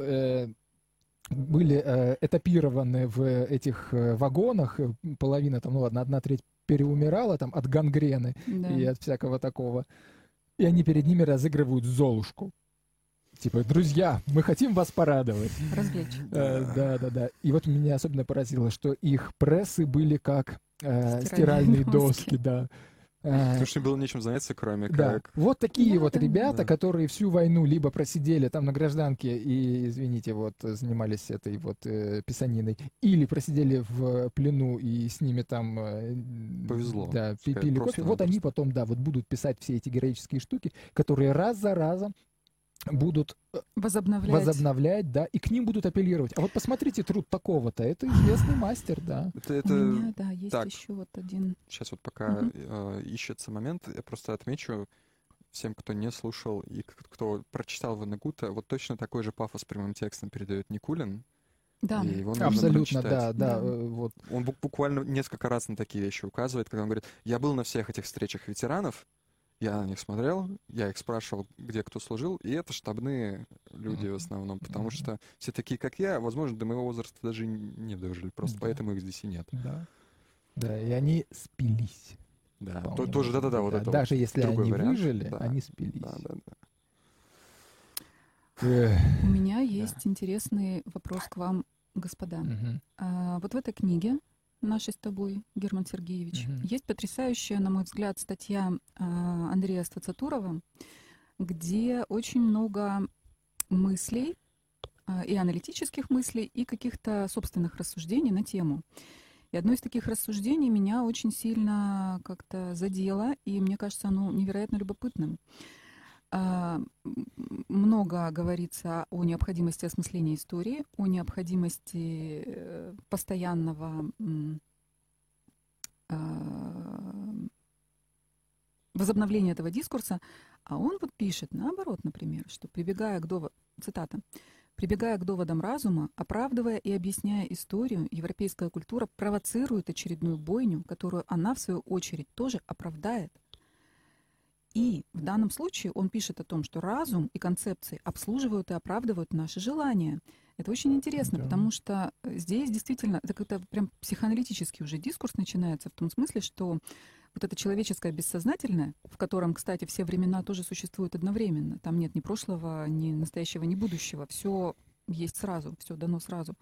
были этапированы в этих вагонах. Половина там, 1/3 переумирала там от гангрены и от всякого такого. И они перед ними разыгрывают Золушку. Типа, друзья, мы хотим вас порадовать. Развлечь. Да. И вот меня особенно поразило, что их прессы были как стиральные доски, да. Потому что было нечем заняться, кроме как... Вот такие вот ребята, которые всю войну либо просидели там на гражданке и, извините, вот занимались этой вот писаниной, или просидели в плену и с ними там... Повезло. Да, пили кофе. Вот они потом, вот будут писать все эти героические штуки, которые раз за разом будут возобновлять, да, и к ним будут апеллировать. А вот посмотрите труд такого-то, это известный мастер, да. У меня, да, есть еще вот один. Сейчас вот пока ищется момент, я просто отмечу всем, кто не слушал и кто прочитал Воннегута, вот точно такой же пафос прямым текстом передает Никулин. Да, И его нужно Абсолютно, прочитать. да, Да. вот. Он буквально несколько раз на такие вещи указывает, когда он говорит, я был на всех этих встречах ветеранов, я на них смотрел, я их спрашивал, где кто служил, и это штабные люди в основном, потому Мгм. что все такие, как я, возможно, до моего возраста даже не дожили, просто Да. поэтому их здесь и нет. Да. Да, и они спились. Да, Вполне тоже, может да-да-да, быть, вот да. это Даже вот если другой они вариант. выжили, Да, они спились. да, да, да. У меня Да. есть интересный вопрос к вам, господа. Мгм. Вот в этой книге нашей с тобой, Герман Сергеевич, Мгм. есть потрясающая, на мой взгляд, статья Андрея Ствацатурова, где очень много мыслей, и аналитических мыслей, и каких-то собственных рассуждений на тему. И одно из таких рассуждений меня очень сильно как-то задело, и мне кажется, оно невероятно любопытным. Много говорится о необходимости осмысления истории, о необходимости постоянного возобновления этого дискурса, а он вот пишет наоборот, например, что цитата, прибегая к доводам разума, оправдывая и объясняя историю, европейская культура провоцирует очередную бойню, которую она, в свою очередь, тоже оправдает. И в данном случае он пишет о том, что разум и концепции обслуживают и оправдывают наши желания. Это очень интересно, Да. потому что здесь действительно это как-то прям психоаналитический уже дискурс начинается в том смысле, что вот это человеческое бессознательное, в котором, кстати, все времена тоже существуют одновременно. Там нет ни прошлого, ни настоящего, ни будущего. Все есть сразу, все дано сразу.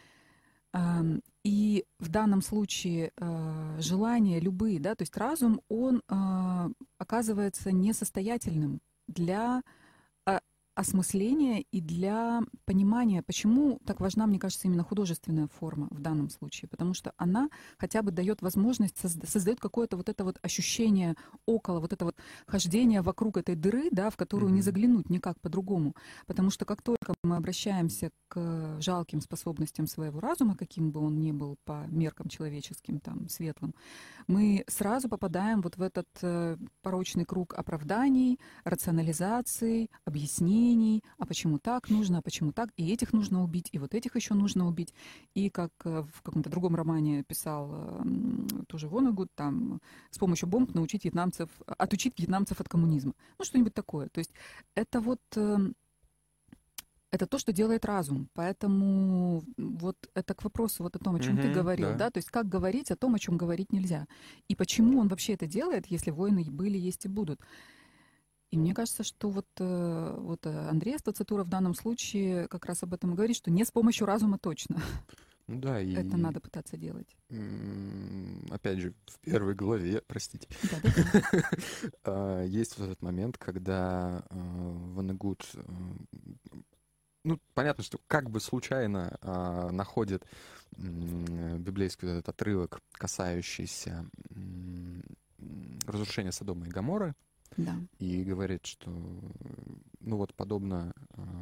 И в данном случае желания любые, да, то есть разум, он оказывается несостоятельным для осмысления и для понимания, почему так важна, мне кажется, именно художественная форма в данном случае, потому что она хотя бы дает возможность, создает какое-то вот это вот ощущение около, вот это вот хождение вокруг этой дыры, да, в которую не заглянуть никак по-другому, потому что как только мы обращаемся к жалким способностям своего разума, каким бы он ни был по меркам человеческим, там, светлым, мы сразу попадаем вот в этот порочный круг оправданий, рационализаций, объяснений, а почему так нужно, а почему так, и этих нужно убить, и вот этих еще нужно убить. И как в каком-то другом романе писал тоже Вонегут, там, с помощью бомб отучить вьетнамцев от коммунизма. Ну, что-нибудь такое. То есть это вот... Это то, что делает разум. Поэтому вот это к вопросу вот о том, о чем ты говорил, да, то есть как говорить о том, о чем говорить нельзя. И почему он вообще это делает, если войны были, есть и будут. И мне кажется, что вот Андрей Ствацатура в данном случае как раз об этом и говорит, что не с помощью разума точно. Ну да, и Это надо пытаться делать. опять же, в первой главе, простите, Да. есть вот этот момент, когда Вонегут, ну, понятно, что как бы случайно находит библейский вот этот отрывок, касающийся разрушения Содома и Гоморры, Да. и говорит, что, ну вот, подобно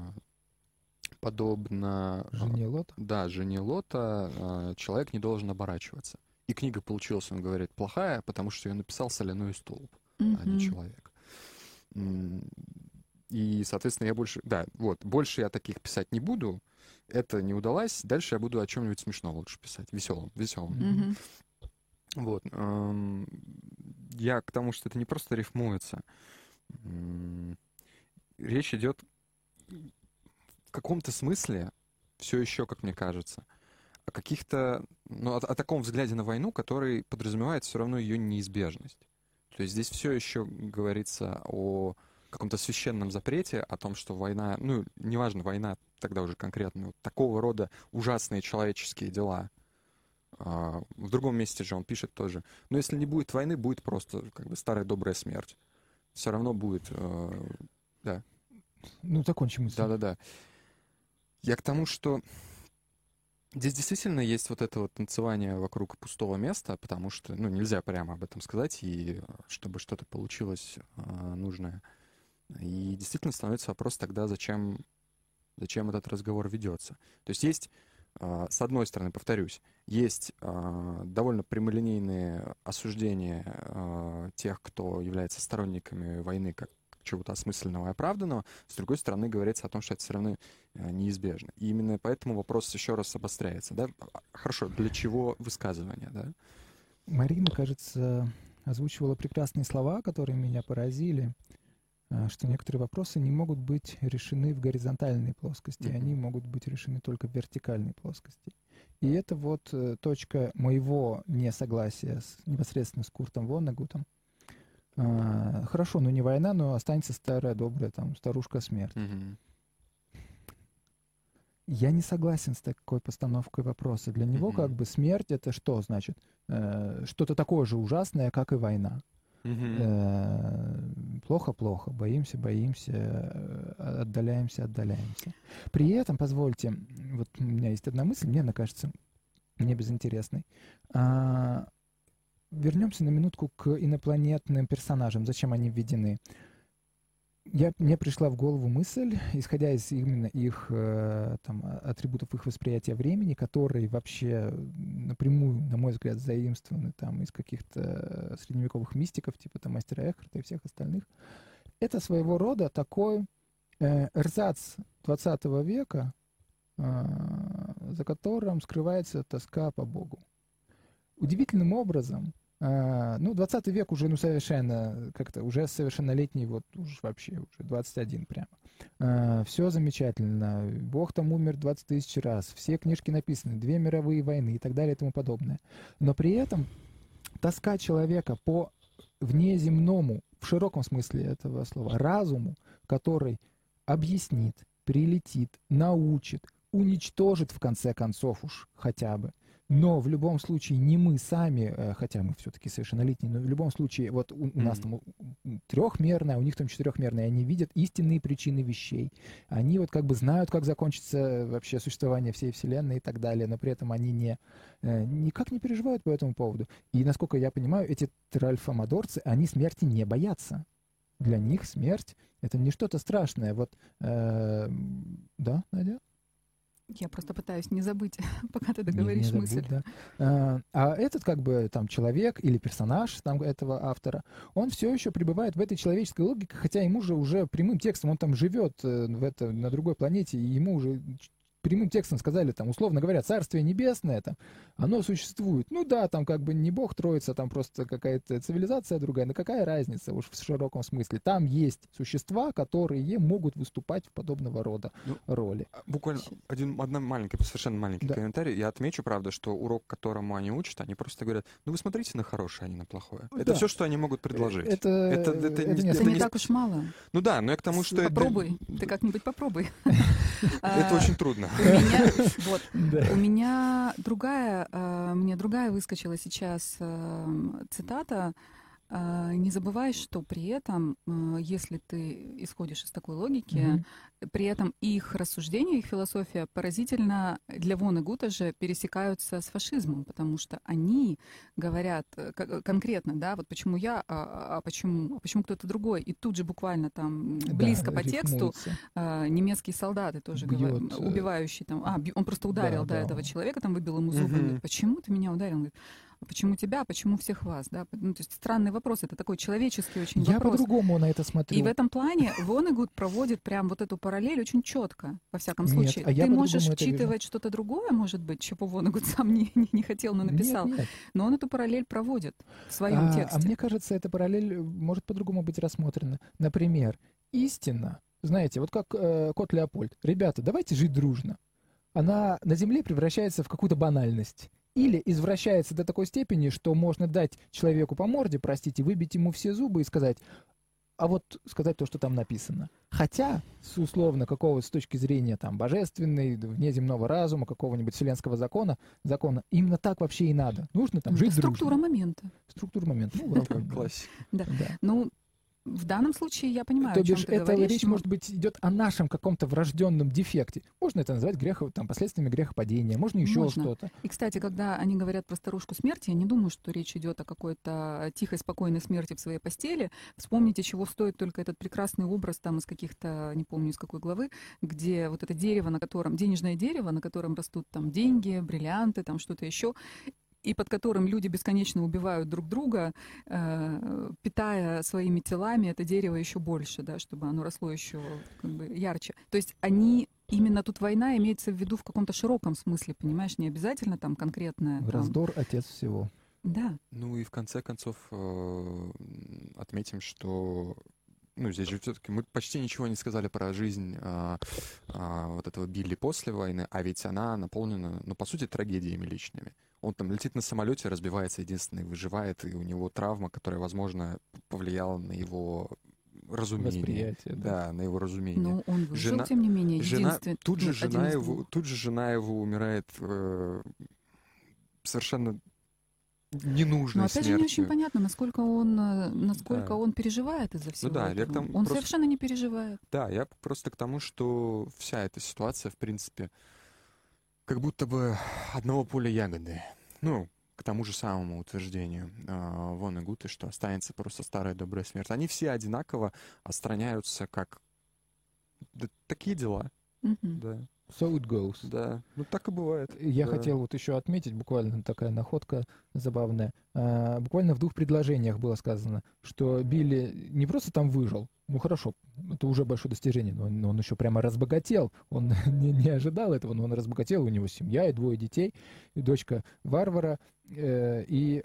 Жене Лота. Да, жене Лота человек не должен оборачиваться. И книга получилась, он говорит, плохая, потому что ее написал соляной столб, а не человек. И, соответственно, больше я таких писать не буду. Это не удалось. Дальше я буду о чем-нибудь смешном лучше писать, веселом. Вот. Я к тому, что это не просто рифмуется. Речь идет в каком-то смысле, все еще, как мне кажется, о каких-то, о таком взгляде на войну, который подразумевает все равно ее неизбежность. То есть здесь все еще говорится о каком-то священном запрете, о том, что война, ну, неважно, война тогда уже конкретно, вот такого рода ужасные человеческие дела. В другом месте же он пишет тоже, но если не будет войны, будет просто как бы старая добрая смерть. Все равно будет, да. Ну, закончим мысль. Да-да-да. Я к тому, что здесь действительно есть вот это вот танцевание вокруг пустого места, потому что, ну, нельзя прямо об этом сказать, и чтобы что-то получилось нужное. И действительно становится вопрос тогда, зачем этот разговор ведется. То есть есть, с одной стороны, повторюсь, есть довольно прямолинейные осуждения тех, кто является сторонниками войны как чего-то осмысленного и оправданного, с другой стороны, говорится о том, что это все равно неизбежно. И именно поэтому вопрос еще раз обостряется. Да? Хорошо, для чего высказывание? Да? Марина, кажется, озвучивала прекрасные слова, которые меня поразили, что некоторые вопросы не могут быть решены в горизонтальной плоскости, они могут быть решены только в вертикальной плоскости. И это вот точка моего несогласия непосредственно с Куртом Воннегутом. Хорошо, ну не война, но останется старая добрая там старушка смерть. Я не согласен с такой постановкой вопроса. Для него как бы смерть — это что значит? Что-то такое же ужасное, как и война. Плохо-плохо, боимся, отдаляемся. При этом, позвольте, вот у меня есть одна мысль, мне она кажется не безинтересной. Вернемся на минутку к инопланетным персонажам. Зачем они введены? Мне пришла в голову мысль, исходя из именно их атрибутов их восприятия времени, которые вообще напрямую, на мой взгляд, заимствованы там из каких-то средневековых мистиков, типа там мастера Экхарта и всех остальных. Это своего рода такой эрзац 20 века, за которым скрывается тоска по Богу. Удивительным образом, 20 век уже, совершенно, как-то, уже совершеннолетний, вот уж вообще, уже 21 прямо. Все замечательно, Бог там умер 20 тысяч раз, все книжки написаны, 2 мировые войны и так далее и тому подобное. Но при этом тоска человека по внеземному, в широком смысле этого слова, разуму, который объяснит, прилетит, научит, уничтожит в конце концов уж хотя бы. Но в любом случае не мы сами, хотя мы все-таки совершеннолетние, но в любом случае вот у нас там трехмерная, у них там четырехмерная, они видят истинные причины вещей. Они вот как бы знают, как закончится вообще существование всей Вселенной и так далее, но при этом они никак не переживают по этому поводу. И, насколько я понимаю, эти тральфамадорцы, они смерти не боятся. Для них смерть — это не что-то страшное. Вот, да, Надя? Я просто пытаюсь не забыть, пока ты договоришь не мысль. Забудь, да. А этот как бы там человек или персонаж там этого автора, он все еще пребывает в этой человеческой логике, хотя ему же уже прямым текстом, он там живет на другой планете, и ему уже прямым текстом сказали, там, условно говоря, Царствие Небесное, там, оно существует. Ну да, там как бы не Бог Троица, там просто какая-то цивилизация другая, но какая разница уж в широком смысле. Там есть существа, которые могут выступать в подобного рода роли. Буквально один маленький, совершенно маленький комментарий. Я отмечу, правда, что урок, которому они учат, они просто говорят, ну вы смотрите на хорошее, а не на плохое. Это все, что они могут предложить. Это не так уж мало. Ну да, но я к тому, что... Попробуй, ты как-нибудь попробуй. Это очень трудно. У меня другая выскочила сейчас цитата. Не забывай, что при этом, если ты исходишь из такой логики, при этом их рассуждения, их философия поразительно для Воннегута же пересекаются с фашизмом, потому что они говорят конкретно, да, вот почему я, почему кто-то другой. И тут же буквально там близко по тексту немецкие солдаты тоже говорят, убивающие там, он просто ударил этого человека, там выбил ему зубы, говорит, почему ты меня ударил? Он говорит, почему тебя, почему всех вас, да? Ну, то есть странный вопрос, это такой человеческий очень вопрос. Я по-другому на это смотрю. И в этом плане Воннегут проводит прям вот эту параллель очень четко, во всяком случае. Ты можешь вчитывать что-то другое, может быть, чего Воннегут сам не хотел, но написал. Нет. Но он эту параллель проводит в своем тексте. А мне кажется, эта параллель может по-другому быть рассмотрена. Например, истина, знаете, вот как кот Леопольд. Ребята, давайте жить дружно. Она на Земле превращается в какую-то банальность. Или извращается до такой степени, что можно дать человеку по морде, простите, выбить ему все зубы и сказать, а вот сказать то, что там написано. Хотя, условно, с точки зрения там, божественной, внеземного разума, какого-нибудь вселенского закона, именно так вообще и надо. Нужно там жить дружно. Структура момента. Структура момента. Классика. Да. Ну, в данном случае я понимаю, о чем ты говоришь. Речь, может быть, идет о нашем каком-то врожденном дефекте. Можно это назвать последствиями грехопадения, можно еще что-то. И, кстати, когда они говорят про старушку смерти, я не думаю, что речь идет о какой-то тихой, спокойной смерти в своей постели. Вспомните, чего стоит только этот прекрасный образ там из каких-то, не помню из какой главы, где вот это дерево, денежное дерево, на котором растут там деньги, бриллианты, там что-то еще. и под которым люди бесконечно убивают друг друга, питая своими телами это дерево еще больше, да, чтобы оно росло еще как бы ярче. То есть они... Именно тут война имеется в виду в каком-то широком смысле, понимаешь, не обязательно там конкретная... Раздор — отец всего. Да. Ну и в конце концов отметим, что здесь же все-таки мы почти ничего не сказали про жизнь вот этого Билли после войны, а ведь она наполнена, по сути, трагедиями личными. Он там летит на самолете, разбивается единственный, выживает, и у него травма, которая, возможно, повлияла на его разумение. Восприятие, да. Да, на его разумение. Но он выжил, тем не менее, единственный. Тут же жена его умирает совершенно ненужной Но опять смертью. же не очень понятно, насколько он переживает из-за всего да, этого. Он просто... совершенно не переживает. Да, я просто к тому, что вся эта ситуация, в принципе, как будто бы одного поля ягоды. К тому же самому утверждению Воннегута, что останется просто старая добрая смерть. Они все одинаково отстраняются как такие дела. Да. So it goes. Да, так и бывает. Я хотел вот еще отметить, буквально такая находка забавная. Буквально в 2 предложениях было сказано, что Билли не просто там выжил, хорошо, это уже большое достижение, но он еще прямо разбогател. Он не ожидал этого, но он разбогател, у него семья и 2 детей, и дочка Варвара, и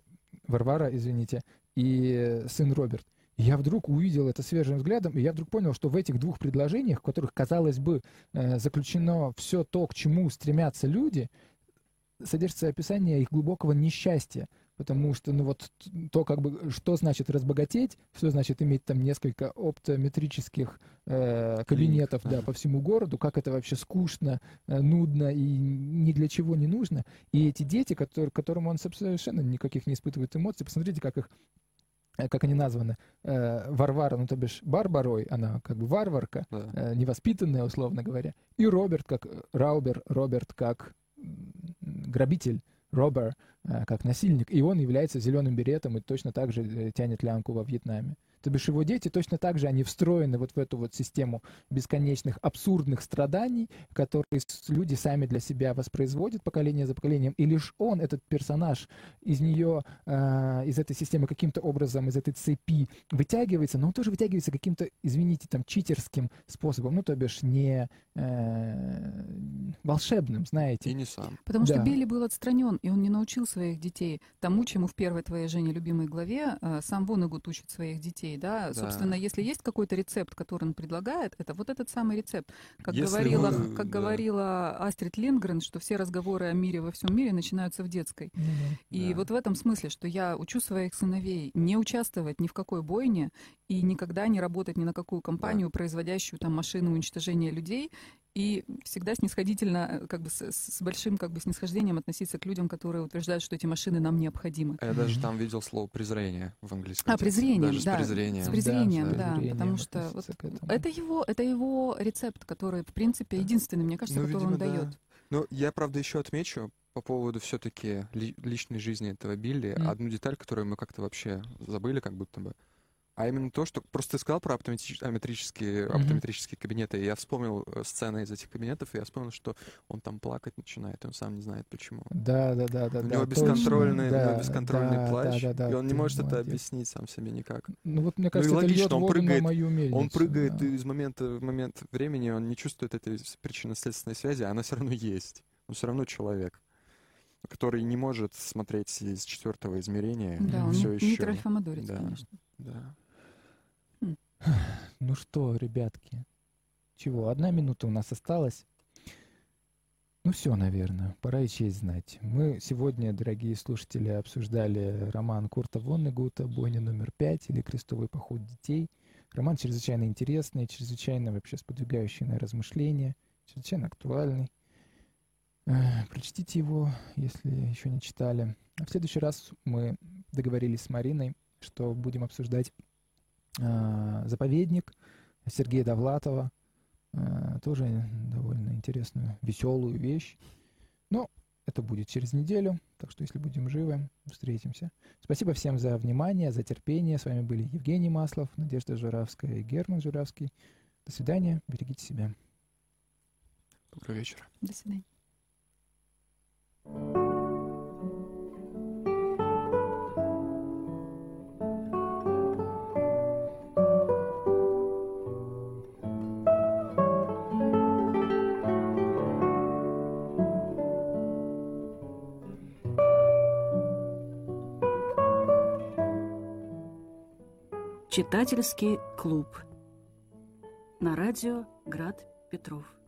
сын Роберт. Я вдруг увидел это свежим взглядом, и я вдруг понял, что в этих 2 предложениях, в которых, казалось бы, заключено все то, к чему стремятся люди, содержится описание их глубокого несчастья. Потому что, то, что значит разбогатеть, что значит иметь там несколько оптометрических кабинетов по всему городу, как это вообще скучно, нудно и ни для чего не нужно. И эти дети, которым он совершенно никаких не испытывает эмоций, посмотрите, как они названы, Варвара, то бишь Барбарой, она как бы варварка, невоспитанная, условно говоря, и Роберт как Роберт как грабитель, робер, как насильник, и он является зеленым беретом и точно так же тянет лямку во Вьетнаме. То бишь его дети точно так же, они встроены в эту систему бесконечных абсурдных страданий, которые люди сами для себя воспроизводят поколение за поколением, и лишь он, этот персонаж, из нее, из этой системы каким-то образом, из этой цепи вытягивается, но он тоже вытягивается каким-то, извините, читерским способом, то бишь не волшебным, знаете. И не сам. Потому что Билли был отстранен, и он не научил своих детей тому, чему в первой твоей, Женя, любимой главе сам Воннегут учит своих детей. Да? Собственно, если есть какой-то рецепт, который он предлагает, это вот этот самый рецепт. Как говорила Астрид Линдгрен, что все разговоры о мире во всем мире начинаются в детской. И вот в этом смысле, что я учу своих сыновей не участвовать ни в какой бойне и никогда не работать ни на какую компанию, производящую машины уничтожения людей, и всегда снисходительно, с большим снисхождением относиться к людям, которые утверждают, что эти машины нам необходимы. Я даже там видел слово презрение в английском. Презрение, даже да. С презрением. С презрением, да. Потому что это его рецепт, который, в принципе, единственный, мне кажется, который он дает. Но я, правда, еще отмечу по поводу все-таки личной жизни этого Билли одну деталь, которую мы как-то вообще забыли, как будто бы. А именно то, что просто ты сказал про оптометрические кабинеты, и я вспомнил сцены из этих кабинетов, и я вспомнил, что он там плакать начинает, и он сам не знает почему. Да. У него бесконтрольный плач, и он не может это объяснить сам себе никак. Мне кажется, это льет воду на мою мельницу. Он прыгает из момента в момент времени, он не чувствует этой причинно-следственной связи, а она все равно есть. Он все равно человек, который не может смотреть из 4-го измерения. Да, он все еще. микроальфа-модорец, конечно. Да. Ну что, ребятки, 1 минута у нас осталась. Все, наверное, пора и честь знать. Мы сегодня, дорогие слушатели, обсуждали роман Курта Воннегута «Бойня номер 5» или «Крестовый поход детей». Роман чрезвычайно интересный, чрезвычайно вообще сподвигающий на размышления, чрезвычайно актуальный. Прочтите его, если еще не читали. А в следующий раз мы договорились с Мариной, что будем обсуждать «Заповедник» Сергея Довлатова. Тоже довольно интересную, веселую вещь. Но это будет через неделю, так что если будем живы, встретимся. Спасибо всем за внимание, за терпение. С вами были Евгений Маслов, Надежда Журавская и Герман Журавский. До свидания, берегите себя. Добрый вечер. До свидания. Читательский клуб на радио Град Петров.